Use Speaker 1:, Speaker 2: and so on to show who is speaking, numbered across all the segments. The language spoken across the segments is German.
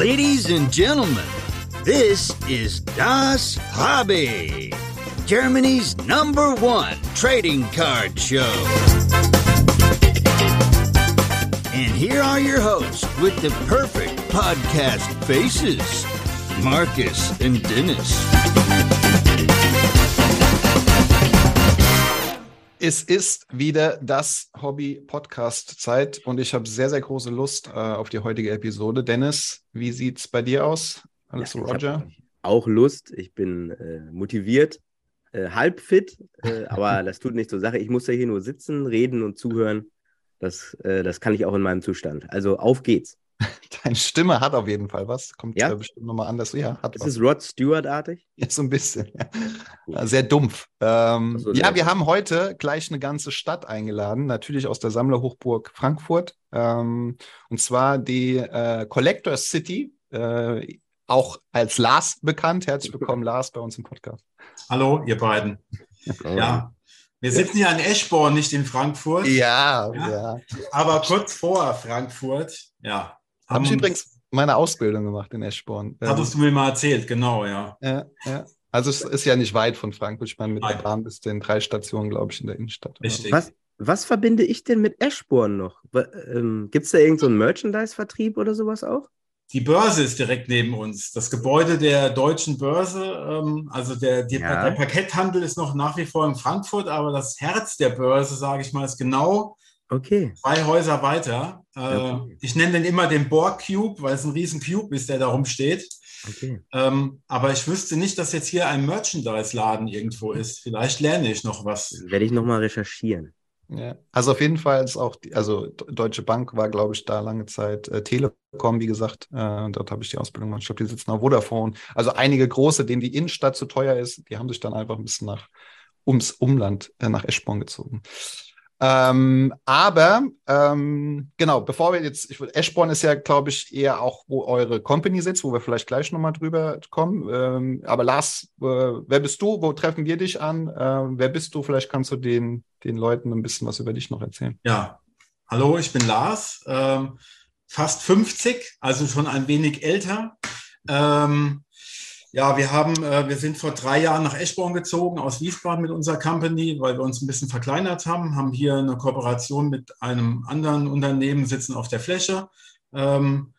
Speaker 1: Ladies and gentlemen, this is Das Hobby, Germany's #1 trading card show. And here are your hosts with the perfect podcast faces, Marcus and Dennis.
Speaker 2: Es ist wieder das Hobby-Podcast-Zeit und ich habe sehr, sehr große Lust auf die heutige Episode. Dennis, wie sieht's bei dir aus? Alles
Speaker 3: Ja,
Speaker 2: Roger?
Speaker 3: Auch Lust, ich bin motiviert, halb fit, aber das tut nicht zur Sache. Ich muss ja hier nur sitzen, reden und zuhören. Das kann ich auch in meinem Zustand. Also auf geht's.
Speaker 2: Deine Stimme hat auf jeden Fall was. Kommt
Speaker 3: Ja?
Speaker 2: Bestimmt nochmal anders. Ja, hat
Speaker 3: Ist
Speaker 2: was.
Speaker 3: es Rod Stewart-artig?
Speaker 2: Ja, so ein bisschen.
Speaker 3: Gut.
Speaker 2: Ja. Sehr dumpf.
Speaker 3: so,
Speaker 2: Ja, wir haben heute gleich eine ganze Stadt eingeladen, natürlich aus der Sammlerhochburg Frankfurt. Und zwar die Collector City, auch als Lars bekannt. Herzlich willkommen, Lars, bei uns im Podcast.
Speaker 4: Hallo, ihr beiden. Ja, wir sitzen hier in Eschborn, nicht in Frankfurt.
Speaker 2: Ja.
Speaker 4: Aber kurz vor Frankfurt, ja.
Speaker 2: Habe ich übrigens meine Ausbildung gemacht in Eschborn.
Speaker 4: Hattest du mir mal erzählt, genau, ja.
Speaker 2: Ja. Also es ist ja nicht weit von Frankfurt. Ich meine, mit der
Speaker 4: Nein.
Speaker 2: Bahn bis in 3 Stationen, glaube ich, in der Innenstadt.
Speaker 4: Richtig.
Speaker 3: Was verbinde ich denn mit Eschborn noch? Gibt es da irgend so einen Merchandise-Vertrieb oder sowas auch?
Speaker 4: Die Börse ist direkt neben uns. Das Gebäude der Deutschen Börse, also der Parketthandel ist noch nach wie vor in Frankfurt, aber das Herz der Börse, sage ich mal, ist genau
Speaker 3: Okay.
Speaker 4: 2 Häuser weiter.
Speaker 3: Okay.
Speaker 4: Ich nenne den immer den Borg Cube, weil es ein riesen Cube ist, der da rumsteht.
Speaker 3: Okay.
Speaker 4: Aber ich wüsste nicht, dass jetzt hier ein Merchandise-Laden irgendwo ist. Vielleicht lerne ich noch was.
Speaker 3: Werde ich nochmal recherchieren.
Speaker 2: Ja. Also auf jeden Fall ist auch, Deutsche Bank war, glaube ich, da lange Zeit Telekom, wie gesagt. Dort habe ich die Ausbildung gemacht. Ich glaube, die sitzen auf Vodafone. Also einige große, denen die Innenstadt zu teuer ist, die haben sich dann einfach ein bisschen ums Umland, nach Eschborn gezogen. Genau, bevor wir jetzt, Eschborn ist ja, glaube ich, eher auch, wo eure Company sitzt, wo wir vielleicht gleich nochmal drüber kommen. Aber Lars, wer bist du? Wo treffen wir dich an? Wer bist du? Vielleicht kannst du den Leuten ein bisschen was über dich noch erzählen.
Speaker 4: Ja, hallo, ich bin Lars, fast 50, also schon ein wenig älter. Wir sind vor 3 Jahren nach Eschborn gezogen, aus Wiesbaden mit unserer Company, weil wir uns ein bisschen verkleinert haben hier eine Kooperation mit einem anderen Unternehmen, sitzen auf der Fläche. Den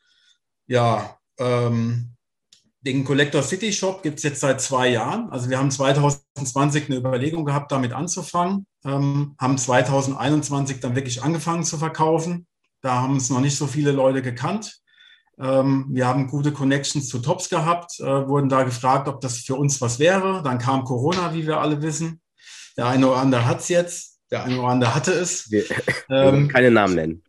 Speaker 4: Collector City Shop gibt es jetzt seit 2 Jahren. Also wir haben 2020 eine Überlegung gehabt, damit anzufangen, haben 2021 dann wirklich angefangen zu verkaufen. Da haben es noch nicht so viele Leute gekannt. Wir haben gute Connections zu Tops gehabt, wurden da gefragt, ob das für uns was wäre. Dann kam Corona, wie wir alle wissen. Der eine oder andere hat es jetzt, der eine oder andere hatte es.
Speaker 3: Wir wollen keine Namen nennen.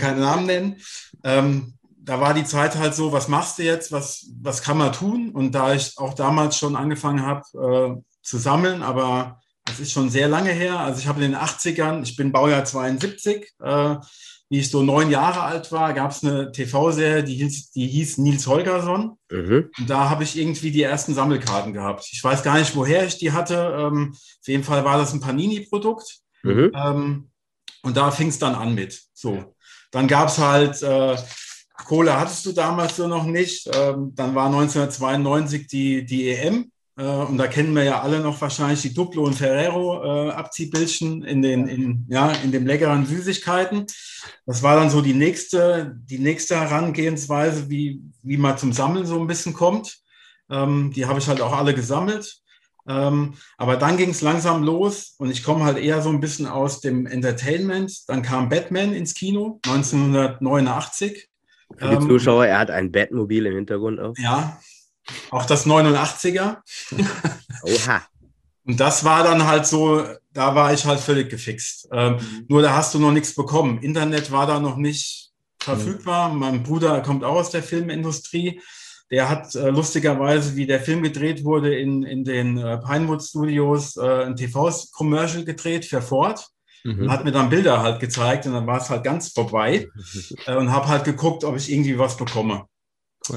Speaker 4: Da war die Zeit halt so, was machst du jetzt, was kann man tun? Und da ich auch damals schon angefangen habe zu sammeln, aber das ist schon sehr lange her. Also ich habe in den 80ern, ich bin Baujahr 72, wie ich so 9 Jahre alt war, gab es eine TV-Serie, die hieß Nils Holgersson.
Speaker 3: Mhm.
Speaker 4: Und da habe ich irgendwie die ersten Sammelkarten gehabt. Ich weiß gar nicht, woher ich die hatte. Auf jeden Fall war das ein Panini-Produkt.
Speaker 3: Mhm.
Speaker 4: Und da fing es dann an mit. So. Dann gab es halt, Kohle hattest du damals so noch nicht. Dann war 1992 die EM. Und da kennen wir ja alle noch wahrscheinlich die Duplo und Ferrero Abziehbildchen in dem leckeren Süßigkeiten. Das war dann so die nächste Herangehensweise, wie man zum Sammeln so ein bisschen kommt. Die habe ich halt auch alle gesammelt. Aber dann ging es langsam los und ich komme halt eher so ein bisschen aus dem Entertainment. Dann kam Batman ins Kino 1989.
Speaker 3: Für die Zuschauer, er hat ein Batmobil im Hintergrund auch.
Speaker 4: Ja, auch das 89er.
Speaker 3: Oha.
Speaker 4: Und das war dann halt so, da war ich halt völlig gefixt. Nur da hast du noch nichts bekommen. Internet war da noch nicht verfügbar. Mein Bruder kommt auch aus der Filmindustrie. Der hat lustigerweise, wie der Film gedreht wurde, in den Pinewood Studios ein TV-Commercial gedreht für Ford. Und hat mir dann Bilder halt gezeigt und dann war es halt ganz vorbei. Und habe halt geguckt, ob ich irgendwie was bekomme.
Speaker 2: Cool.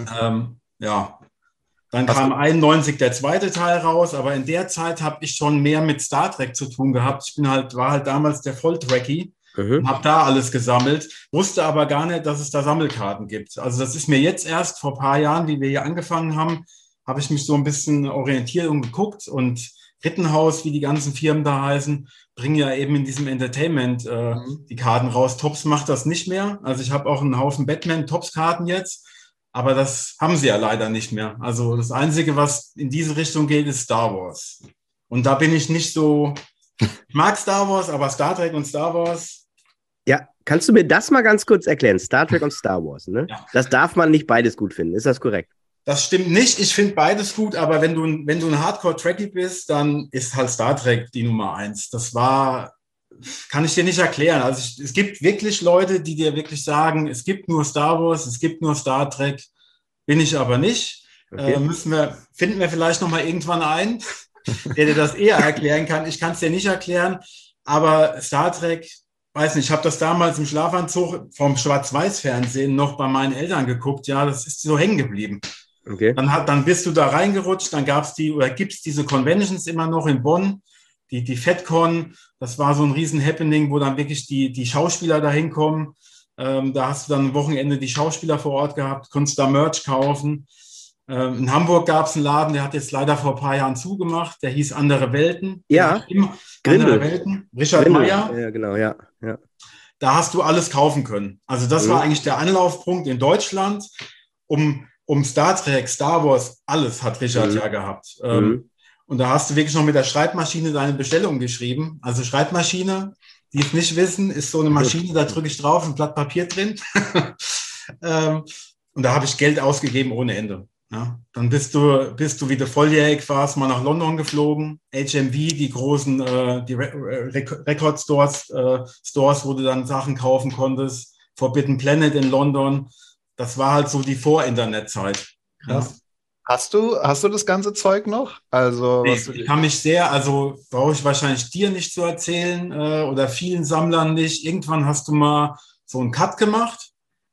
Speaker 4: Dann kam 91 der zweite Teil raus, aber in der Zeit habe ich schon mehr mit Star Trek zu tun gehabt. War halt damals der Volltrekkie. und habe da alles gesammelt, wusste aber gar nicht, dass es da Sammelkarten gibt. Also das ist mir jetzt erst vor ein paar Jahren, wie wir hier angefangen haben, habe ich mich so ein bisschen orientiert und geguckt und Rittenhouse, wie die ganzen Firmen da heißen, bringen ja eben in diesem Entertainment die Karten raus. Topps macht das nicht mehr. Also ich habe auch einen Haufen Batman-Topps-Karten jetzt, aber das haben sie ja leider nicht mehr. Also das Einzige, was in diese Richtung geht, ist Star Wars. Und da bin ich nicht so, ich mag Star Wars, aber Star Trek und Star Wars.
Speaker 3: Ja, kannst du mir das mal ganz kurz erklären? Star Trek und Star Wars, ne? Ja. Das darf man nicht beides gut finden. Ist das korrekt?
Speaker 4: Das stimmt nicht. Ich finde beides gut, aber wenn du ein Hardcore-Trekkie bist, dann ist halt Star Trek die Nummer 1. Kann ich dir nicht erklären. Also es gibt wirklich Leute, die dir wirklich sagen, es gibt nur Star Wars, es gibt nur Star Trek. Bin ich aber nicht. Okay. Finden wir vielleicht nochmal irgendwann einen, der dir das eher erklären kann. Ich kann es dir nicht erklären, aber Star Trek, weiß nicht, ich habe das damals im Schlafanzug vom Schwarz-Weiß-Fernsehen noch bei meinen Eltern geguckt. Ja, das ist so hängen geblieben.
Speaker 3: Okay.
Speaker 4: Dann bist du da reingerutscht, dann gibt es diese Conventions immer noch in Bonn, die FedCon, das war so ein riesen Happening, wo dann wirklich die Schauspieler da hinkommen. Da hast du dann am Wochenende die Schauspieler vor Ort gehabt, konntest da Merch kaufen. In Hamburg gab es einen Laden, der hat jetzt leider vor ein paar Jahren zugemacht, der hieß Andere Welten.
Speaker 3: Ja,
Speaker 4: Andere Welten. Richard Meyer.
Speaker 3: Ja, genau, ja.
Speaker 4: Da hast du alles kaufen können. Also das war eigentlich der Anlaufpunkt in Deutschland, um Star Trek, Star Wars, alles hat Richard ja gehabt. Und da hast du wirklich noch mit der Schreibmaschine deine Bestellung geschrieben. Also Schreibmaschine, die es nicht wissen, ist so eine Maschine, da drücke ich drauf, ein Blatt Papier drin. Und da habe ich Geld ausgegeben ohne Ende. Ja, dann bist du, wie du volljährig warst, mal nach London geflogen. HMV, die großen Record-Stores, wo du dann Sachen kaufen konntest. Forbidden Planet in London. Das war halt so die Vor-Internet-Zeit.
Speaker 2: Ja. Hast du das ganze Zeug noch? Also,
Speaker 4: nee, ich kann mich brauche ich wahrscheinlich dir nicht zu erzählen oder vielen Sammlern nicht. Irgendwann hast du mal so einen Cut gemacht.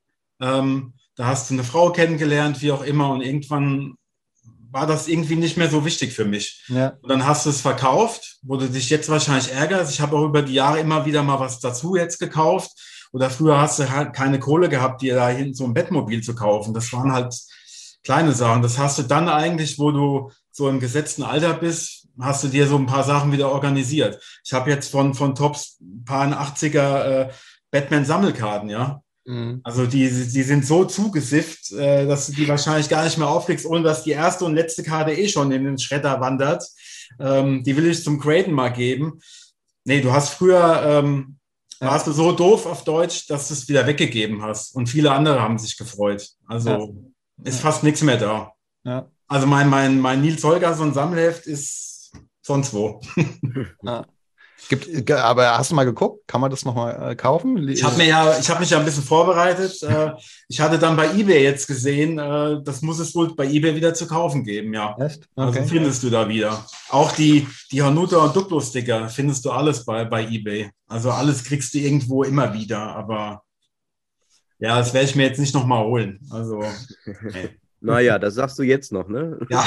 Speaker 4: Da hast du eine Frau kennengelernt, wie auch immer. Und irgendwann war das irgendwie nicht mehr so wichtig für mich. Ja. Und dann hast du es verkauft, wo du dich jetzt wahrscheinlich ärgerst. Ich habe auch über die Jahre immer wieder mal was dazu jetzt gekauft. Oder früher hast du halt keine Kohle gehabt, dir da hinten so ein Bettmobil zu kaufen. Das waren halt kleine Sachen. Das hast du dann eigentlich, wo du so im gesetzten Alter bist, hast du dir so ein paar Sachen wieder organisiert. Ich habe jetzt von Topps ein paar 80er Batman-Sammelkarten, ja. Mhm. Also die sind so zugesifft, dass du die wahrscheinlich gar nicht mehr aufkriegst, ohne dass die erste und letzte Karte schon in den Schredder wandert. Die will ich zum Graden mal geben. Nee, du hast früher... warst du so doof auf Deutsch, dass du es wieder weggegeben hast. Und viele andere haben sich gefreut. Also ist fast nichts mehr da. Ja. Also mein Nils Holgersson Sammelheft ist sonst wo.
Speaker 2: Ja. Aber hast du mal geguckt? Kann man das nochmal kaufen?
Speaker 4: Ich habe mich ja ein bisschen vorbereitet. Ich hatte dann bei eBay jetzt gesehen, das muss es wohl bei eBay wieder zu kaufen geben, ja. Echt? Okay. Also findest du da wieder. Auch die Hanuta und Duplo-Sticker findest du alles bei eBay. Also alles kriegst du irgendwo immer wieder, aber ja, das werde ich mir jetzt nicht nochmal holen. Also,
Speaker 3: nee. Naja, das sagst du jetzt noch, ne?
Speaker 4: Ja.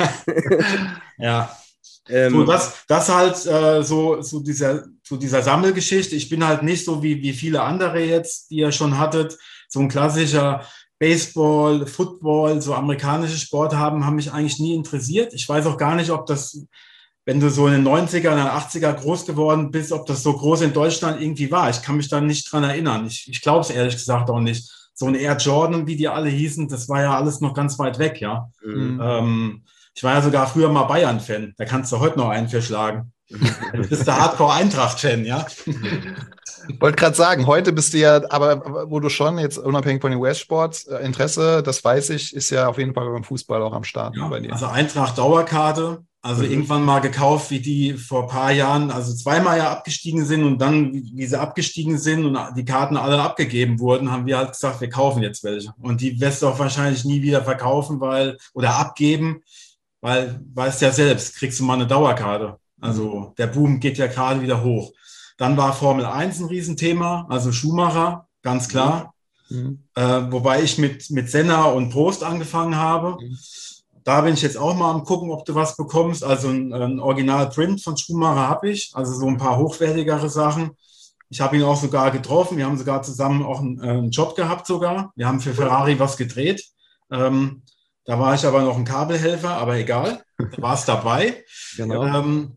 Speaker 4: Ja. So, das halt so dieser Sammelgeschichte. Ich bin halt nicht so wie viele andere jetzt, die ihr schon hattet, so ein klassischer Baseball, Football, so amerikanische Sport haben mich eigentlich nie interessiert. Ich weiß auch gar nicht, ob das, wenn du so in den 90er, in den 80er groß geworden bist, ob das so groß in Deutschland irgendwie war. Ich kann mich da nicht dran erinnern. Ich glaube es ehrlich gesagt auch nicht. So ein Air Jordan, wie die alle hießen, das war ja alles noch ganz weit weg, ja. Mhm. Ich war ja sogar früher mal Bayern-Fan. Da kannst du heute noch einen für schlagen. Du bist der Hardcore-Eintracht-Fan, ja?
Speaker 2: Wollte gerade sagen, heute bist du ja, aber wo du schon jetzt unabhängig von den US-Sports Interesse, das weiß ich, ist ja auf jeden Fall beim Fußball auch am Start,
Speaker 4: ja,
Speaker 2: bei dir.
Speaker 4: Also Eintracht-Dauerkarte, also irgendwann mal gekauft, wie die vor ein paar Jahren, also zweimal ja abgestiegen sind und dann, wie sie abgestiegen sind und die Karten alle abgegeben wurden, haben wir halt gesagt, wir kaufen jetzt welche. Und die wirst du auch wahrscheinlich nie wieder verkaufen, oder abgeben, weil weißt ja selbst, kriegst du mal eine Dauerkarte. Also der Boom geht ja gerade wieder hoch. Dann war Formel 1 ein Riesenthema, also Schumacher, ganz klar. Mhm. Wobei ich mit Senna und Prost angefangen habe. Mhm. Da bin ich jetzt auch mal am gucken, ob du was bekommst. Also ein Original-Print von Schumacher habe ich, also so ein paar hochwertigere Sachen. Ich habe ihn auch sogar getroffen. Wir haben sogar zusammen auch einen Job gehabt sogar. Wir haben für Ferrari was gedreht. Da war ich aber noch ein Kabelhelfer, aber egal. Da war es dabei.
Speaker 2: Genau.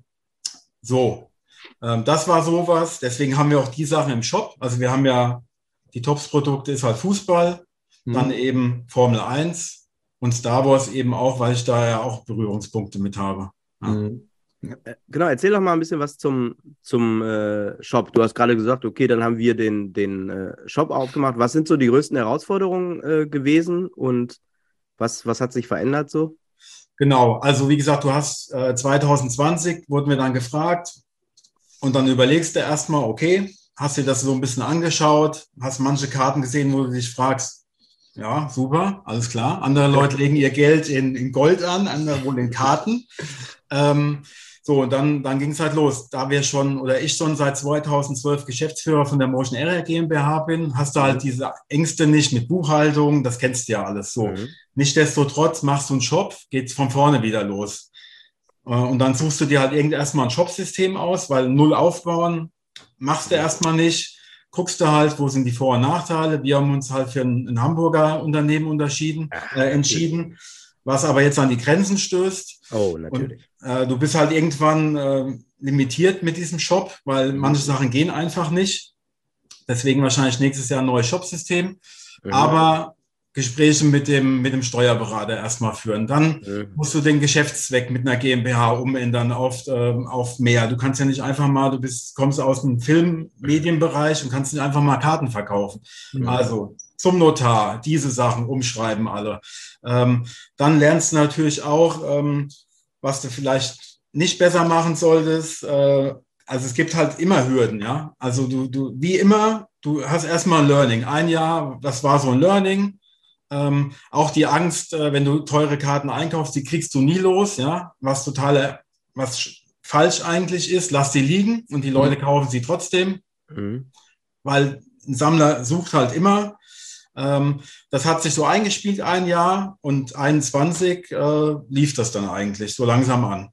Speaker 4: Das war sowas. Deswegen haben wir auch die Sachen im Shop. Also wir haben ja, die Tops-Produkte ist halt Fußball, dann eben Formel 1 und Star Wars eben auch, weil ich da ja auch Berührungspunkte mit habe. Ja.
Speaker 3: Genau, erzähl doch mal ein bisschen was zum Shop. Du hast gerade gesagt, okay, dann haben wir den Shop aufgemacht. Was sind so die größten Herausforderungen gewesen und was hat sich verändert so?
Speaker 4: Genau, also wie gesagt, du hast 2020 wurden wir dann gefragt und dann überlegst du erstmal, okay, hast dir das so ein bisschen angeschaut, hast manche Karten gesehen, wo du dich fragst, ja, super, alles klar. Andere Leute legen ihr Geld in Gold an, andere wohl in Karten. Und dann ging es halt los. Da ich schon seit 2012 Geschäftsführer von der Motion Area GmbH bin, hast du halt diese Ängste nicht mit Buchhaltung, das kennst du ja alles so. Nichtsdestotrotz machst du einen Shop, geht's von vorne wieder los. Und dann suchst du dir halt erstmal ein Shop-System aus, weil null aufbauen machst du erstmal nicht. Guckst du halt, wo sind die Vor- und Nachteile. Wir haben uns halt für ein Hamburger Unternehmen entschieden, was aber jetzt an die Grenzen stößt.
Speaker 3: Oh, natürlich.
Speaker 4: Und, du bist halt irgendwann limitiert mit diesem Shop, weil manche Sachen gehen einfach nicht. Deswegen wahrscheinlich nächstes Jahr ein neues Shop-System. Aber Gespräche mit dem Steuerberater erstmal führen. Dann musst du den Geschäftszweck mit einer GmbH umändern auf mehr. Du kannst ja nicht einfach mal, kommst aus dem Film-Medienbereich und kannst nicht einfach mal Karten verkaufen. Also zum Notar, diese Sachen umschreiben alle. Dann lernst du natürlich auch, was du vielleicht nicht besser machen solltest. Also es gibt halt immer Hürden, ja. Also du wie immer, du hast erstmal ein Learning. Ein Jahr, das war so ein Learning. Auch die Angst, wenn du teure Karten einkaufst, die kriegst du nie los, ja, was falsch eigentlich ist, lass die liegen und die Leute kaufen sie trotzdem, weil ein Sammler sucht halt immer. Das hat sich so eingespielt ein Jahr und 21 lief das dann eigentlich so langsam an.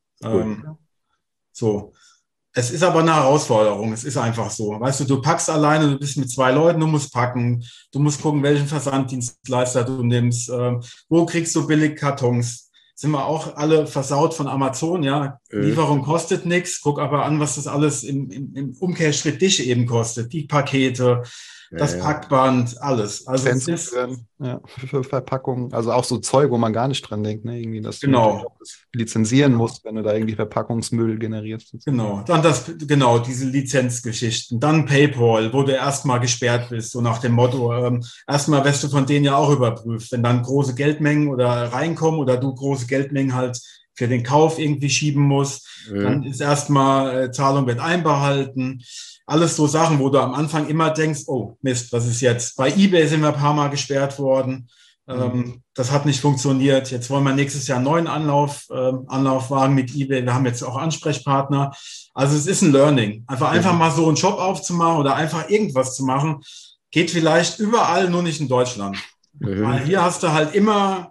Speaker 4: Es ist aber eine Herausforderung, es ist einfach so. Weißt du, du packst alleine, du bist mit 2 Leuten, du musst packen, du musst gucken, welchen Versanddienstleister du nimmst, wo kriegst du billig Kartons. Sind wir auch alle versaut von Amazon, ja. Lieferung kostet nichts, guck aber an, was das alles im Umkehrschritt dich eben kostet. Die Pakete, das Packband, alles. Also es ist,
Speaker 2: für Verpackungen, also auch so Zeug, wo man gar nicht dran denkt, ne? Irgendwie, dass du das lizenzieren musst, wenn du da irgendwie Verpackungsmüll generierst.
Speaker 4: Genau, dann diese Lizenzgeschichten, dann PayPal, wo du erstmal gesperrt bist, so nach dem Motto, erstmal wirst du von denen ja auch überprüft, wenn dann große Geldmengen oder reinkommen oder du große Geldmengen halt für den Kauf irgendwie schieben musst, dann ist erstmal Zahlung wird einbehalten. Alles so Sachen, wo du am Anfang immer denkst, oh Mist, was ist jetzt? Bei eBay sind wir ein paar Mal gesperrt worden. Das hat nicht funktioniert. Jetzt wollen wir nächstes Jahr einen neuen Anlaufwagen mit eBay. Wir haben jetzt auch Ansprechpartner. Also es ist ein Learning. Einfach mal so einen Shop aufzumachen oder einfach irgendwas zu machen, geht vielleicht überall, nur nicht in Deutschland. Weil hier hast du halt immer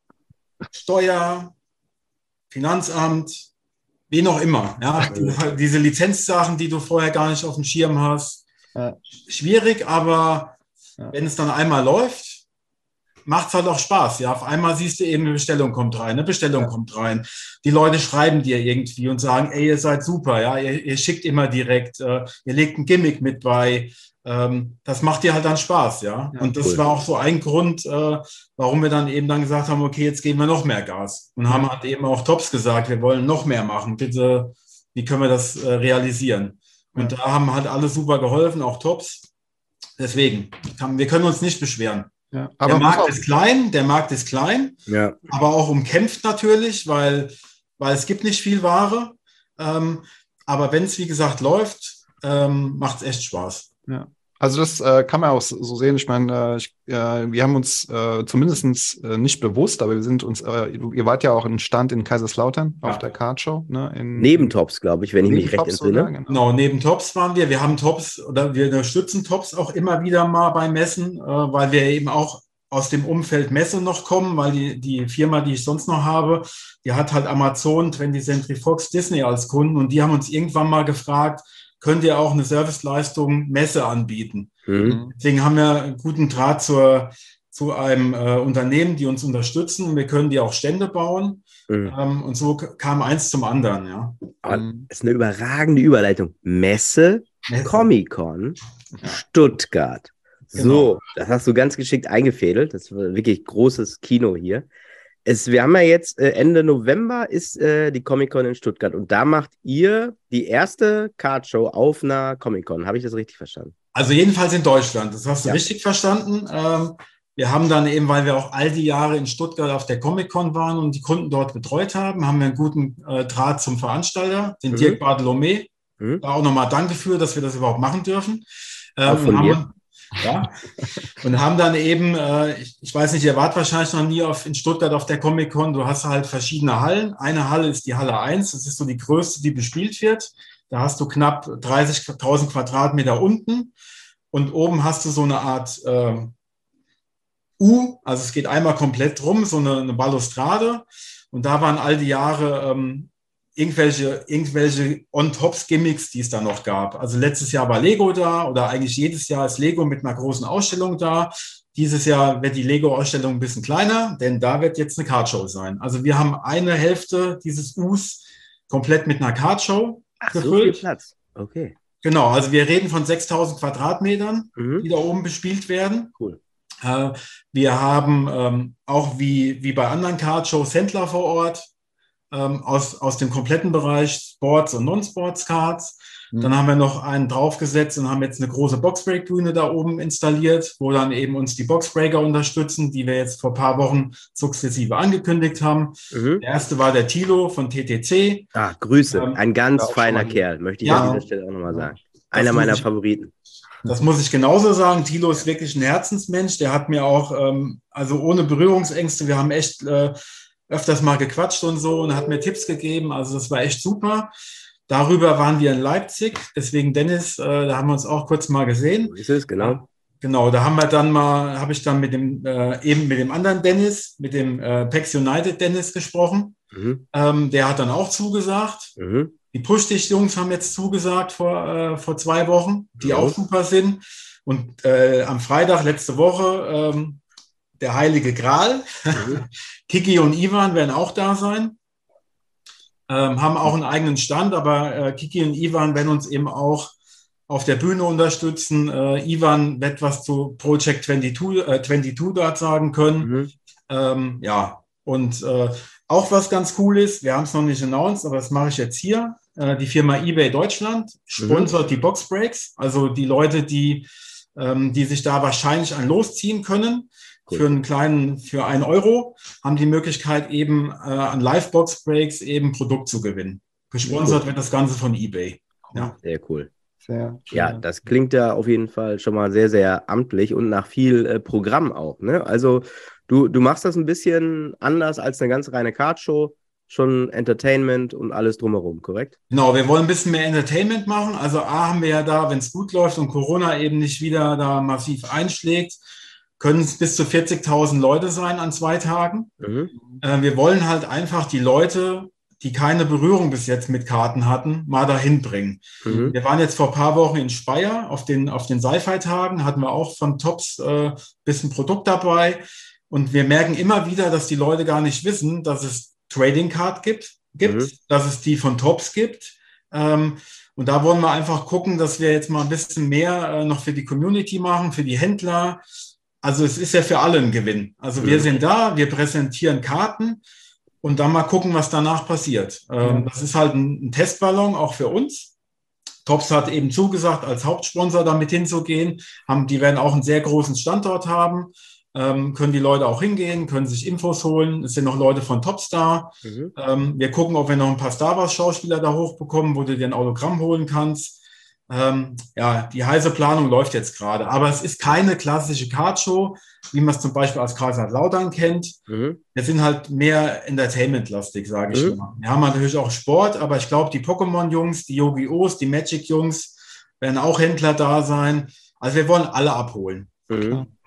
Speaker 4: Steuer, Finanzamt, wie noch immer, ja, diese Lizenzsachen, die du vorher gar nicht auf dem Schirm hast. Schwierig, aber wenn es dann einmal läuft, macht es halt auch Spaß. Ja, auf einmal siehst du eben, eine Bestellung kommt rein. Die Leute schreiben dir irgendwie und sagen, ey, ihr seid super, ja, ihr schickt immer direkt, ihr legt ein Gimmick mit bei. Das macht dir halt dann Spaß, ja. Und das war auch so ein Grund, warum wir dann eben gesagt haben, okay, jetzt geben wir noch mehr Gas. Und haben halt eben auch Tops gesagt, wir wollen noch mehr machen. Bitte, wie können wir das realisieren? Und da haben halt alle super geholfen, auch Tops. Deswegen, wir können uns nicht beschweren. Ja, aber der Markt ist klein, aber auch umkämpft natürlich, weil es gibt nicht viel Ware. Aber wenn es, wie gesagt, läuft, macht es echt Spaß.
Speaker 2: Ja. Also das kann man auch so sehen. Ich meine, wir haben uns zumindest nicht bewusst, aber wir sind uns, ihr wart ja auch in Stand in Kaiserslautern auf der Cardshow. Ne,
Speaker 3: neben Tops, glaube ich, wenn ich mich recht entsinne.
Speaker 4: Genau, neben Tops waren wir. Wir haben Tops oder wir unterstützen Tops auch immer wieder mal bei Messen, weil wir eben auch aus dem Umfeld Messe noch kommen, weil die Firma, die ich sonst noch habe, die hat halt Amazon, 20th Century Fox, Disney als Kunden und die haben uns irgendwann mal gefragt, könnt ihr auch eine Serviceleistung Messe anbieten.
Speaker 3: Mhm.
Speaker 4: Deswegen haben wir einen guten Draht zu einem Unternehmen, die uns unterstützen und wir können die auch Stände bauen.
Speaker 3: Mhm.
Speaker 4: Und so kam eins zum anderen. Ja.
Speaker 3: Aber das ist eine überragende Überleitung. Messe. Comic-Con Stuttgart.
Speaker 4: Genau.
Speaker 3: So, das hast du ganz geschickt eingefädelt. Das war wirklich großes Kino hier. Wir haben ja jetzt Ende November ist die Comic-Con in Stuttgart und da macht ihr die erste Cardshow auf einer Comic-Con. Habe ich das richtig verstanden?
Speaker 4: Also jedenfalls in Deutschland. Das hast du
Speaker 3: Ja.
Speaker 4: richtig verstanden. Wir haben dann eben, weil wir auch all die Jahre in Stuttgart auf der Comic-Con waren und die Kunden dort betreut haben, haben wir einen guten Draht zum Veranstalter, den Dirk Bartholomä. Da auch nochmal Danke für, dass wir das überhaupt machen dürfen.
Speaker 3: Auch von mir.
Speaker 4: Ja, und haben dann eben, ich weiß nicht, ihr wart wahrscheinlich noch nie in Stuttgart auf der Comic-Con, du hast halt verschiedene Hallen. Eine Halle ist die Halle 1, das ist so die größte, die bespielt wird. Da hast du knapp 30.000 Quadratmeter unten und oben hast du so eine Art also es geht einmal komplett drum, so eine Balustrade und da waren all die Jahre irgendwelche On-Tops-Gimmicks, die es da noch gab. Also letztes Jahr war Lego da oder eigentlich jedes Jahr ist Lego mit einer großen Ausstellung da. Dieses Jahr wird die Lego-Ausstellung ein bisschen kleiner, denn da wird jetzt eine Cardshow sein. Also wir haben eine Hälfte dieses Us komplett mit einer Cardshow gefüllt.
Speaker 3: So viel Platz. Okay.
Speaker 4: Genau, also wir reden von 6.000 Quadratmetern, die da oben bespielt werden.
Speaker 3: Cool.
Speaker 4: Wir haben auch wie bei anderen Cardshows Händler vor Ort, aus dem kompletten Bereich Sports und Non-Sports-Cards. Dann haben wir noch einen draufgesetzt und haben jetzt eine große Boxbreak-Bühne da oben installiert, wo dann eben uns die Boxbreaker unterstützen, die wir jetzt vor ein paar Wochen sukzessive angekündigt haben. Der erste war der Thilo von TTC.
Speaker 3: Grüße. Ein ganz feiner Kerl, möchte ich an dieser Stelle auch nochmal sagen. Einer meiner Favoriten.
Speaker 4: Das muss ich genauso sagen. Thilo ist wirklich ein Herzensmensch. Der hat mir auch, also ohne Berührungsängste, wir haben echt öfters mal gequatscht und so und hat mir Tipps gegeben. Also das war echt super. Darüber waren wir in Leipzig. Deswegen Dennis, da haben wir uns auch kurz mal gesehen.
Speaker 3: So ist es, genau.
Speaker 4: Genau, da habe ich dann mit dem anderen Dennis, mit dem PAX United Dennis gesprochen. Der hat dann auch zugesagt. Die Push-Dich-Jungs haben jetzt zugesagt vor 2 Wochen, die auch super sind. Und am Freitag letzte Woche der Heilige Gral. Kiki und Ivan werden auch da sein. Haben auch einen eigenen Stand, aber Kiki und Ivan werden uns eben auch auf der Bühne unterstützen. Ivan wird was zu Project 22 dort sagen können. Und auch was ganz cool ist, wir haben es noch nicht announced, aber das mache ich jetzt hier. Die Firma eBay Deutschland sponsert die Boxbreaks, also die Leute, die sich da wahrscheinlich ein Los ziehen können. Für für 1 Euro haben die Möglichkeit eben an Live-Box-Breaks eben Produkt zu gewinnen. Gesponsert wird das Ganze von eBay. Ja.
Speaker 3: Sehr cool.
Speaker 2: Sehr schön.
Speaker 3: Ja, das klingt ja auf jeden Fall schon mal sehr, sehr amtlich und nach viel Programm auch. Ne? Also du machst das ein bisschen anders als eine ganz reine Cardshow. Schon Entertainment und alles drumherum, korrekt?
Speaker 4: Genau, wir wollen ein bisschen mehr Entertainment machen. Also haben wir ja da, wenn es gut läuft und Corona eben nicht wieder da massiv einschlägt, können es bis zu 40.000 Leute sein an 2 Tagen. Wir wollen halt einfach die Leute, die keine Berührung bis jetzt mit Karten hatten, mal dahin bringen. Wir waren jetzt vor ein paar Wochen in Speyer auf den Sci-Fi-Tagen, hatten wir auch von Tops bisschen Produkt dabei. Und wir merken immer wieder, dass die Leute gar nicht wissen, dass es Trading Card gibt, dass es die von Tops gibt. Und da wollen wir einfach gucken, dass wir jetzt mal ein bisschen mehr noch für die Community machen, für die Händler. Also es ist ja für alle ein Gewinn. Also wir sind da, wir präsentieren Karten und dann mal gucken, was danach passiert. Das ist halt ein Testballon, auch für uns. Tops hat eben zugesagt, als Hauptsponsor damit hinzugehen. Die werden auch einen sehr großen Standort haben. Können die Leute auch hingehen, können sich Infos holen. Es sind noch Leute von Tops da. Wir gucken, ob wir noch ein paar Star Wars Schauspieler da hochbekommen, wo du dir ein Autogramm holen kannst. Die heiße Planung läuft jetzt gerade. Aber es ist keine klassische Cardshow, wie man es zum Beispiel aus Kaiserslautern kennt. Wir sind halt mehr Entertainment-lastig, sage ich mal. Wir haben natürlich auch Sport, aber ich glaube, die Pokémon-Jungs, die Yu-Gi-Ohs, die Magic-Jungs werden auch Händler da sein. Also wir wollen alle abholen.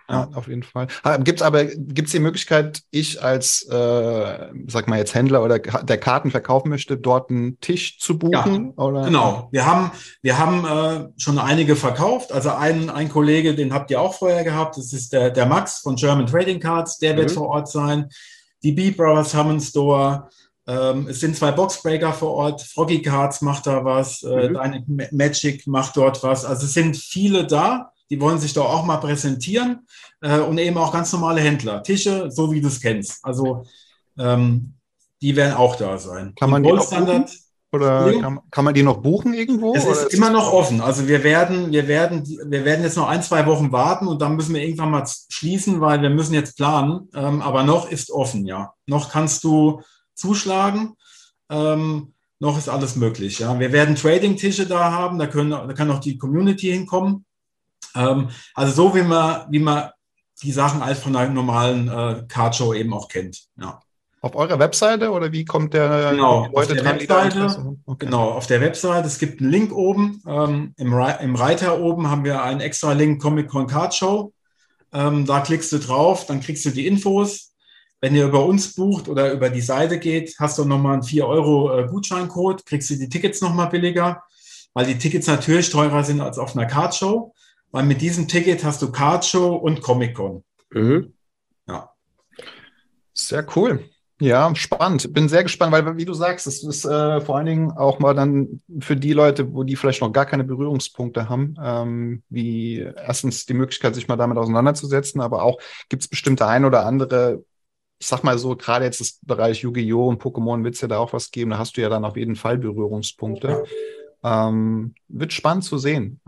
Speaker 2: Ja, auf jeden Fall. Gibt's die Möglichkeit, ich als, sag mal jetzt Händler oder der Karten verkaufen möchte, dort einen Tisch zu buchen?
Speaker 4: Ja,
Speaker 2: oder?
Speaker 4: genau. Wir haben schon einige verkauft. Also ein Kollege, den habt ihr auch vorher gehabt. Das ist der Max von German Trading Cards. Der wird vor Ort sein. Die B Brothers haben einen Store. Es sind 2 Boxbreaker vor Ort. Froggy Cards macht da was. Dynamic Magic macht dort was. Also es sind viele da. Die wollen sich doch auch mal präsentieren und eben auch ganz normale Händler. Tische, so wie du es kennst. Also die werden auch da sein.
Speaker 2: Kann man die noch buchen? Oder kann man die noch buchen irgendwo?
Speaker 4: Es ist immer noch offen. Also wir werden jetzt noch 1-2 Wochen warten und dann müssen wir irgendwann mal schließen, weil wir müssen jetzt planen. Aber noch ist offen, ja. Noch kannst du zuschlagen. Noch ist alles möglich. Ja. Wir werden Trading-Tische da haben. Da kann auch die Community hinkommen. Also so wie man die Sachen als von einer normalen Cardshow eben auch kennt. Ja.
Speaker 2: Auf eurer Webseite oder wie kommt der
Speaker 4: genau,
Speaker 2: die Leute
Speaker 4: auf der
Speaker 2: dran,
Speaker 4: Webseite, okay. Genau, auf der Webseite. Es gibt einen Link oben. Im Reiter oben haben wir einen extra Link Comic-Con Card Show. Da klickst du drauf, dann kriegst du die Infos. Wenn ihr über uns bucht oder über die Seite geht, hast du nochmal einen 4 € Gutscheincode, kriegst du die Tickets nochmal billiger, weil die Tickets natürlich teurer sind als auf einer Cardshow. Weil mit diesem Ticket hast du Cardshow und Comic-Con. Ja.
Speaker 2: Sehr cool. Ja, spannend. Bin sehr gespannt, weil, wie du sagst, es ist vor allen Dingen auch mal dann für die Leute, wo die vielleicht noch gar keine Berührungspunkte haben, wie erstens die Möglichkeit, sich mal damit auseinanderzusetzen, aber auch gibt es bestimmte ein oder andere, ich sag mal so, gerade jetzt das Bereich Yu-Gi-Oh! Und Pokémon wird es ja da auch was geben, da hast du ja dann auf jeden Fall Berührungspunkte. Wird spannend zu sehen.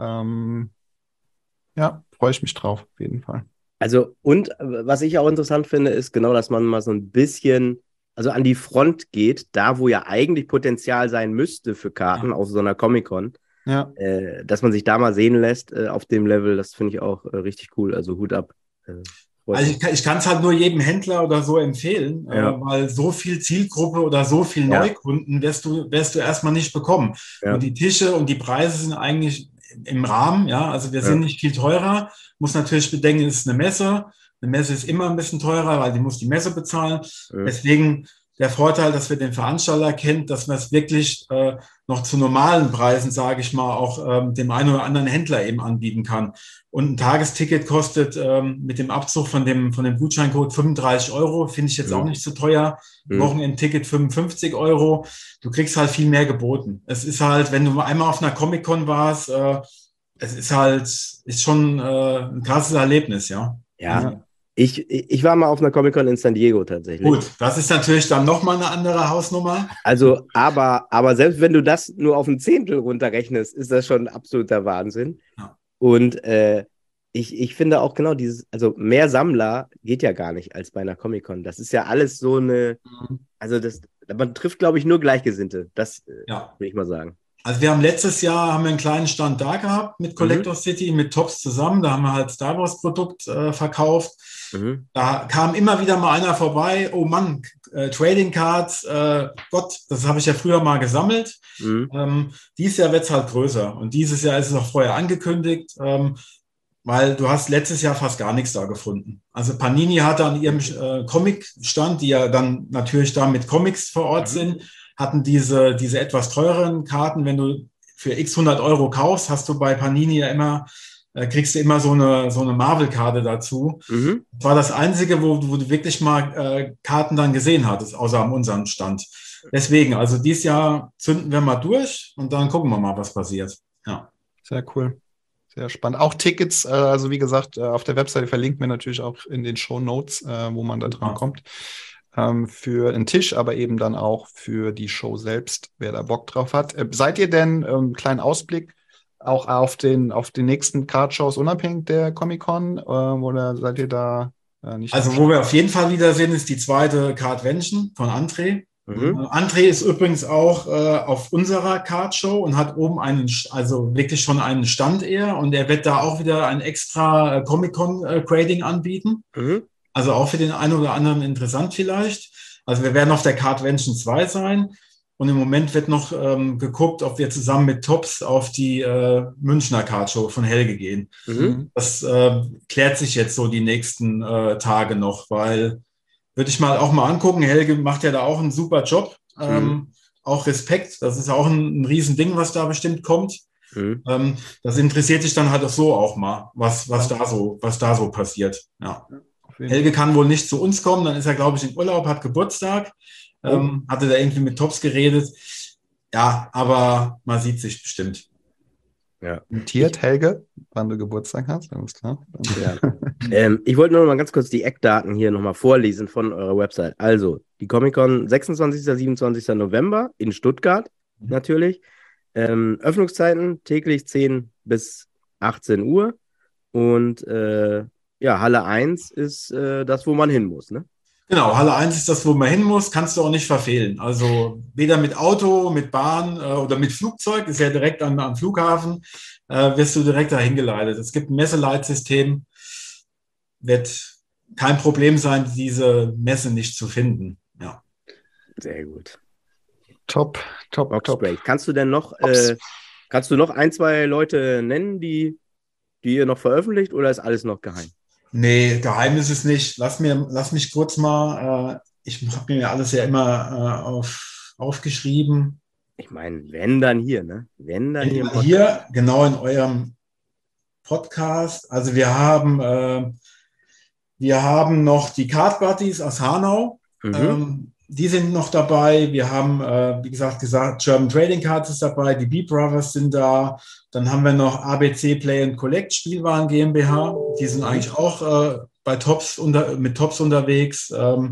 Speaker 2: Ja, freue ich mich drauf, auf jeden Fall.
Speaker 3: Also, und was ich auch interessant finde, ist genau, dass man mal so ein bisschen, also an die Front geht, da wo ja eigentlich Potenzial sein müsste für Karten auf so einer Comic-Con, dass man sich da mal sehen lässt auf dem Level, das finde ich auch richtig cool, also Hut ab.
Speaker 4: Also ich kann es halt nur jedem Händler oder so empfehlen, weil so viel Zielgruppe oder so viel Neukunden wirst du erstmal nicht bekommen. Ja. Und die Tische und die Preise sind eigentlich im Rahmen, ja, also wir sind nicht viel teurer, muss natürlich bedenken, es ist eine Messe ist immer ein bisschen teurer, weil die muss die Messe bezahlen, deswegen der Vorteil, dass wir den Veranstalter kennt, dass man es wirklich noch zu normalen Preisen, sage ich mal, auch dem einen oder anderen Händler eben anbieten kann. Und ein Tagesticket kostet mit dem Abzug von dem Gutscheincode 35 €, finde ich jetzt auch nicht so teuer. Wochenendticket 55 €. Du kriegst halt viel mehr geboten. Es ist halt, wenn du einmal auf einer Comic-Con warst, es ist schon ein krasses Erlebnis, ja.
Speaker 3: Ja. Ich war mal auf einer Comic-Con in San Diego tatsächlich.
Speaker 4: Gut, das ist natürlich dann nochmal eine andere Hausnummer.
Speaker 3: Also, aber selbst wenn du das nur auf ein Zehntel runterrechnest, ist das schon ein absoluter Wahnsinn. Ja. Und ich finde auch genau also mehr Sammler geht ja gar nicht als bei einer Comic-Con. Das ist ja alles so eine, also man trifft, glaube ich, nur Gleichgesinnte. Das will ich mal sagen.
Speaker 4: Also wir haben letztes Jahr einen kleinen Stand da gehabt mit Collector City, mit Tops zusammen. Da haben wir halt Star Wars Produkt verkauft. Da kam immer wieder mal einer vorbei. Oh Mann, Trading Cards, Gott, das habe ich ja früher mal gesammelt. Dieses Jahr wird es halt größer. Und dieses Jahr ist es auch vorher angekündigt, weil du hast letztes Jahr fast gar nichts da gefunden. Also Panini hatte an ihrem Comic-Stand, die ja dann natürlich da mit Comics vor Ort sind, hatten diese etwas teureren Karten. Wenn du für x 100 € kaufst, hast du bei Panini ja immer, kriegst du immer so eine Marvel-Karte dazu. Das war das Einzige, wo du wirklich mal Karten dann gesehen hattest, außer an unserem Stand. Deswegen, also dieses Jahr zünden wir mal durch und dann gucken wir mal, was passiert. Ja.
Speaker 2: Sehr cool. Sehr spannend. Auch Tickets, also wie gesagt, auf der Webseite verlinkt mir natürlich auch in den Shownotes, wo man da dran kommt. Für einen Tisch, aber eben dann auch für die Show selbst, wer da Bock drauf hat. Seid ihr denn, kleinen Ausblick, auch auf den nächsten Card-Shows unabhängig der Comic-Con, oder seid ihr da nicht?
Speaker 4: Also wo wir auf jeden Fall wieder sehen, ist die zweite Cardvention von André. André ist übrigens auch auf unserer Card-Show und hat oben wirklich schon einen Stand eher, und er wird da auch wieder ein extra Comic-Con-Grading anbieten. Also auch für den einen oder anderen interessant vielleicht. Also wir werden auf der Cardvention 2 sein. Und im Moment wird noch geguckt, ob wir zusammen mit Tops auf die Münchner Kartshow von Helge gehen. Das klärt sich jetzt so die nächsten Tage noch, weil würde ich mal auch mal angucken. Helge macht ja da auch einen super Job. Auch Respekt. Das ist auch ein Riesending, was da bestimmt kommt. Das interessiert dich dann halt auch mal, was da so passiert. Ja. Helge kann wohl nicht zu uns kommen. Dann ist er, glaube ich, in Urlaub, hat Geburtstag. Hatte da irgendwie mit Tops geredet. Ja, aber man sieht sich bestimmt.
Speaker 2: Ja. Notiert, Helge, wann du Geburtstag hast, alles klar.
Speaker 3: Ja. Ich wollte nur noch mal ganz kurz die Eckdaten hier nochmal vorlesen von eurer Website. Also, die Comic-Con 26. 27. November in Stuttgart natürlich. Öffnungszeiten täglich 10 bis 18 Uhr. Und Halle 1 ist das, wo man hin muss, ne?
Speaker 4: Genau, Halle 1 ist das, wo man hin muss, kannst du auch nicht verfehlen. Also weder mit Auto, mit Bahn oder mit Flugzeug, ist ja direkt am Flughafen, wirst du direkt dahin geleitet. Es gibt ein Messeleitsystem, wird kein Problem sein, diese Messe nicht zu finden. Ja.
Speaker 3: Sehr gut.
Speaker 2: Top.
Speaker 3: Kannst du denn noch, kannst du noch ein, zwei Leute nennen, die ihr noch veröffentlicht, oder ist alles noch geheim?
Speaker 4: Nee, geheim ist es nicht. Lass mich kurz mal, ich habe mir alles ja immer aufgeschrieben.
Speaker 3: Ich meine, wenn dann hier, ne? Wenn dann hier.
Speaker 4: Hier, genau in eurem Podcast. Also wir haben noch die Card Buddies aus Hanau. Die sind noch dabei. Wir haben, wie gesagt, German Trading Cards ist dabei. Die B-Brothers sind da. Dann haben wir noch ABC Play and Collect Spielwaren GmbH. Die sind eigentlich auch bei mit Tops unterwegs.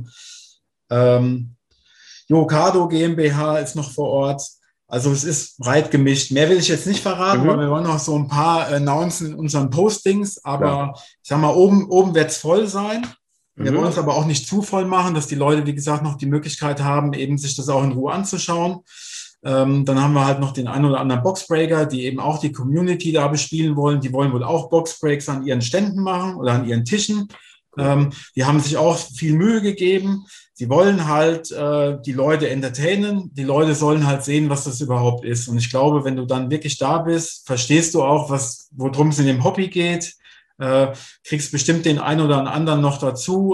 Speaker 4: Jokado GmbH ist noch vor Ort. Also es ist breit gemischt. Mehr will ich jetzt nicht verraten, weil wir wollen noch so ein paar announcen in unseren Postings. Aber ich sag mal, oben wird es voll sein. Wir wollen es aber auch nicht zu voll machen, dass die Leute, wie gesagt, noch die Möglichkeit haben, eben sich das auch in Ruhe anzuschauen. Dann haben wir halt noch den einen oder anderen Boxbreaker, die eben auch die Community da bespielen wollen. Die wollen wohl auch Boxbreaks an ihren Ständen machen oder an ihren Tischen. Die haben sich auch viel Mühe gegeben. Sie wollen halt die Leute entertainen. Die Leute sollen halt sehen, was das überhaupt ist. Und ich glaube, wenn du dann wirklich da bist, verstehst du auch, worum es in dem Hobby geht. Kriegst bestimmt den einen oder anderen noch dazu,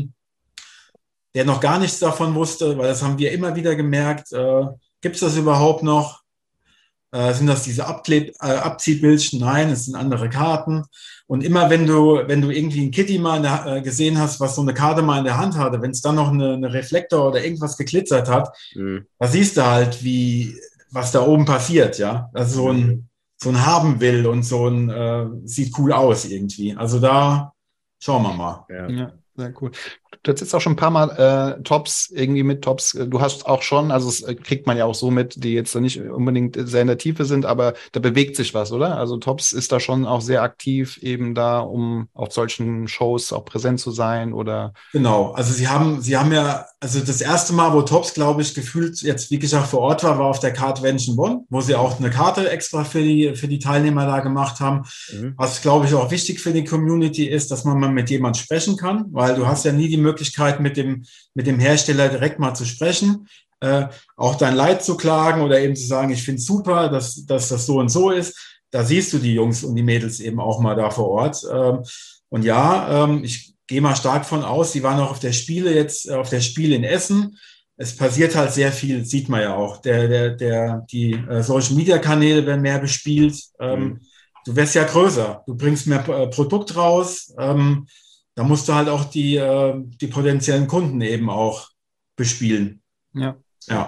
Speaker 4: der noch gar nichts davon wusste, weil das haben wir immer wieder gemerkt. Gibt es das überhaupt noch? Sind das diese Abziehbildchen? Nein, es sind andere Karten. Und immer wenn du irgendwie ein Kitty mal gesehen hast, was so eine Karte mal in der Hand hatte, wenn es dann noch eine Reflektor oder irgendwas geglitzert hat, da siehst du halt, was da oben passiert, ja. Also so ein haben will und sieht cool aus irgendwie. Also da schauen wir mal.
Speaker 2: Ja, sehr cool. Du hast jetzt auch schon ein paar Mal Tops, irgendwie mit Tops. Du hast auch schon, also das kriegt man ja auch so mit, die jetzt nicht unbedingt sehr in der Tiefe sind, aber da bewegt sich was, oder? Also Tops ist da schon auch sehr aktiv eben da, um auf solchen Shows auch präsent zu sein, oder?
Speaker 4: Genau, also sie haben ja, also das erste Mal, wo Tops, glaube ich, gefühlt jetzt, wie gesagt, vor Ort war auf der Cardvention Bonn, wo sie auch eine Karte extra für die Teilnehmer da gemacht haben. Was, glaube ich, auch wichtig für die Community ist, dass man mal mit jemandem sprechen kann, weil du hast ja nie die Möglichkeit, mit dem Hersteller direkt mal zu sprechen, auch dein Leid zu klagen oder eben zu sagen, ich finde es super, dass das so und so ist. Da siehst du die Jungs und die Mädels eben auch mal da vor Ort. Und ja, ich gehe mal stark von aus, sie waren auch auf der Spiele in Essen. Es passiert halt sehr viel, sieht man ja auch. Die Social-Media-Kanäle werden mehr bespielt. Du wirst ja größer, du bringst mehr Produkt raus. Da musst du halt auch die potenziellen Kunden eben auch bespielen.
Speaker 2: Ja.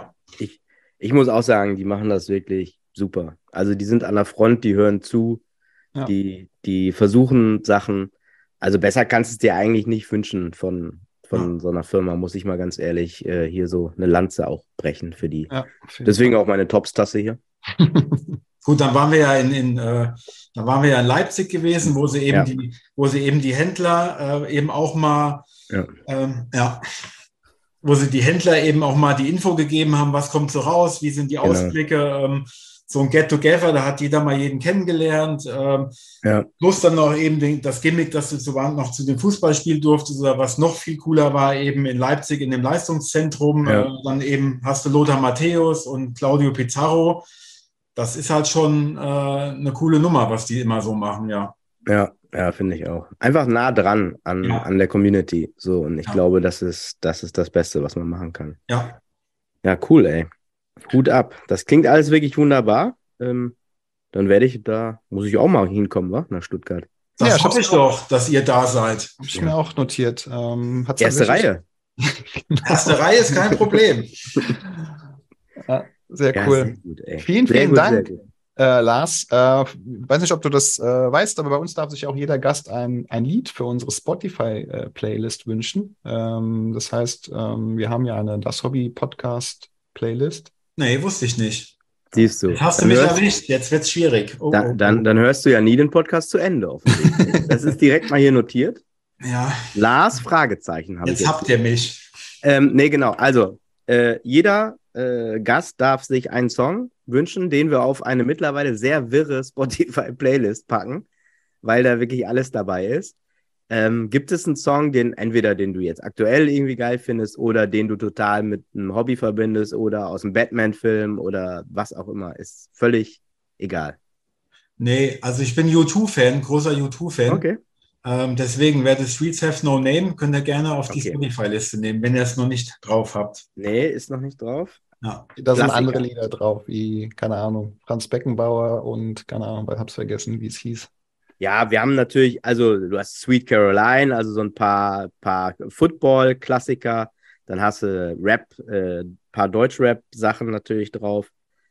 Speaker 3: Ich muss auch sagen, die machen das wirklich super. Also die sind an der Front, die hören zu, die versuchen Sachen. Also besser kannst du es dir eigentlich nicht wünschen von so einer Firma, muss ich mal ganz ehrlich hier so eine Lanze auch brechen für die. Ja, deswegen auch meine Tops-Tasse hier.
Speaker 4: Gut, dann waren wir ja in Leipzig gewesen, wo sie eben die Händler eben auch mal, wo sie die Händler eben auch mal die Info gegeben haben, was kommt so raus, wie sind die Ausblicke. so ein Get-Together, da hat jeder mal jeden kennengelernt. Plus dann noch eben das Gimmick, dass du noch zu dem Fußballspiel durftest, oder was noch viel cooler war, eben in Leipzig in dem Leistungszentrum. Dann eben hast du Lothar Matthäus und Claudio Pizarro. Das ist halt schon eine coole Nummer, was die immer so machen, ja.
Speaker 3: Ja, finde ich auch. Einfach nah dran an der Community. So, und ich glaube, das ist das Beste, was man machen kann.
Speaker 4: Ja.
Speaker 3: Ja, cool, ey. Hut ab. Das klingt alles wirklich wunderbar. Dann muss ich auch mal hinkommen, wa? Nach Stuttgart.
Speaker 4: Das hoffe ich doch, dass ihr da seid.
Speaker 2: Habe ich mir auch notiert.
Speaker 3: Erste Reihe.
Speaker 4: Erste Reihe ist kein Problem.
Speaker 2: Ja, sehr cool.
Speaker 3: Sehr gut, ey.
Speaker 2: Vielen Dank, Lars. Weiß nicht, ob du das weißt, aber bei uns darf sich auch jeder Gast ein Lied für unsere Spotify-Playlist wünschen. Das heißt, wir haben ja eine Das Hobby-Podcast-Playlist.
Speaker 4: Nee, wusste ich nicht.
Speaker 3: Siehst du.
Speaker 4: Jetzt hast du mich erwischt, jetzt wird es schwierig.
Speaker 3: Dann hörst du ja nie den Podcast zu Ende, offensichtlich. Das ist direkt mal hier notiert.
Speaker 4: Ja.
Speaker 3: Lars, Fragezeichen habe ich jetzt.
Speaker 4: Habt ihr mich.
Speaker 3: Nee, genau. Also, jeder Gast darf sich einen Song wünschen, den wir auf eine mittlerweile sehr wirre Spotify-Playlist packen, weil da wirklich alles dabei ist. Gibt es einen Song, den du jetzt aktuell irgendwie geil findest oder den du total mit einem Hobby verbindest oder aus einem Batman-Film oder was auch immer? Ist völlig egal.
Speaker 4: Nee, also ich bin U2-Fan, großer U2-Fan.
Speaker 3: Okay.
Speaker 4: Deswegen, wer The Streets Have No Name, könnt ihr gerne auf die Spotify-Liste nehmen, wenn ihr es noch nicht drauf habt.
Speaker 3: Nee, ist noch nicht drauf.
Speaker 2: Ja. Da sind andere Lieder drauf, wie, keine Ahnung, Franz Beckenbauer und, keine Ahnung, ich hab's vergessen, wie es hieß.
Speaker 3: Ja, wir haben natürlich, also du hast Sweet Caroline, also so ein paar Football-Klassiker, dann hast du Rap, paar Deutsch-Rap-Sachen natürlich drauf.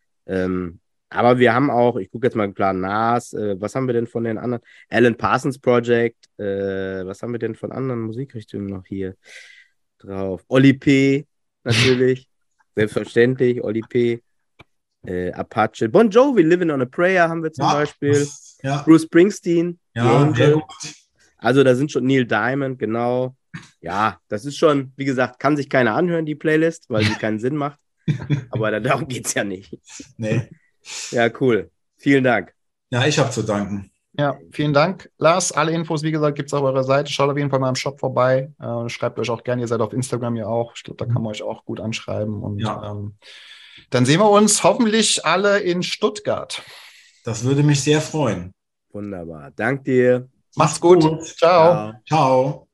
Speaker 3: Aber wir haben auch, ich gucke jetzt mal klar, Nas, was haben wir denn von den anderen? Alan Parsons Project, was haben wir denn von anderen Musikrichtungen noch hier drauf? Oli P. natürlich, selbstverständlich, Oli P. Apache, Bon Jovi, Living on a Prayer haben wir zum Beispiel.
Speaker 4: Ja.
Speaker 3: Bruce Springsteen.
Speaker 4: Ja, sehr gut.
Speaker 3: Also da sind schon Neil Diamond, genau. Ja, das ist schon, wie gesagt, kann sich keiner anhören, die Playlist, weil die keinen Sinn macht. Aber darum geht es ja nicht.
Speaker 4: Nee.
Speaker 3: Ja, cool. Vielen Dank.
Speaker 4: Ja, ich habe zu danken.
Speaker 2: Ja, vielen Dank, Lars. Alle Infos, wie gesagt, gibt es auf eurer Seite. Schaut auf jeden Fall mal im Shop vorbei. Schreibt euch auch gerne, ihr seid auf Instagram ja auch. Ich glaube, da kann man euch auch gut anschreiben. Und dann sehen wir uns hoffentlich alle in Stuttgart.
Speaker 4: Das würde mich sehr freuen.
Speaker 3: Wunderbar. Dank dir.
Speaker 2: Macht's gut.
Speaker 4: Ciao. Ciao.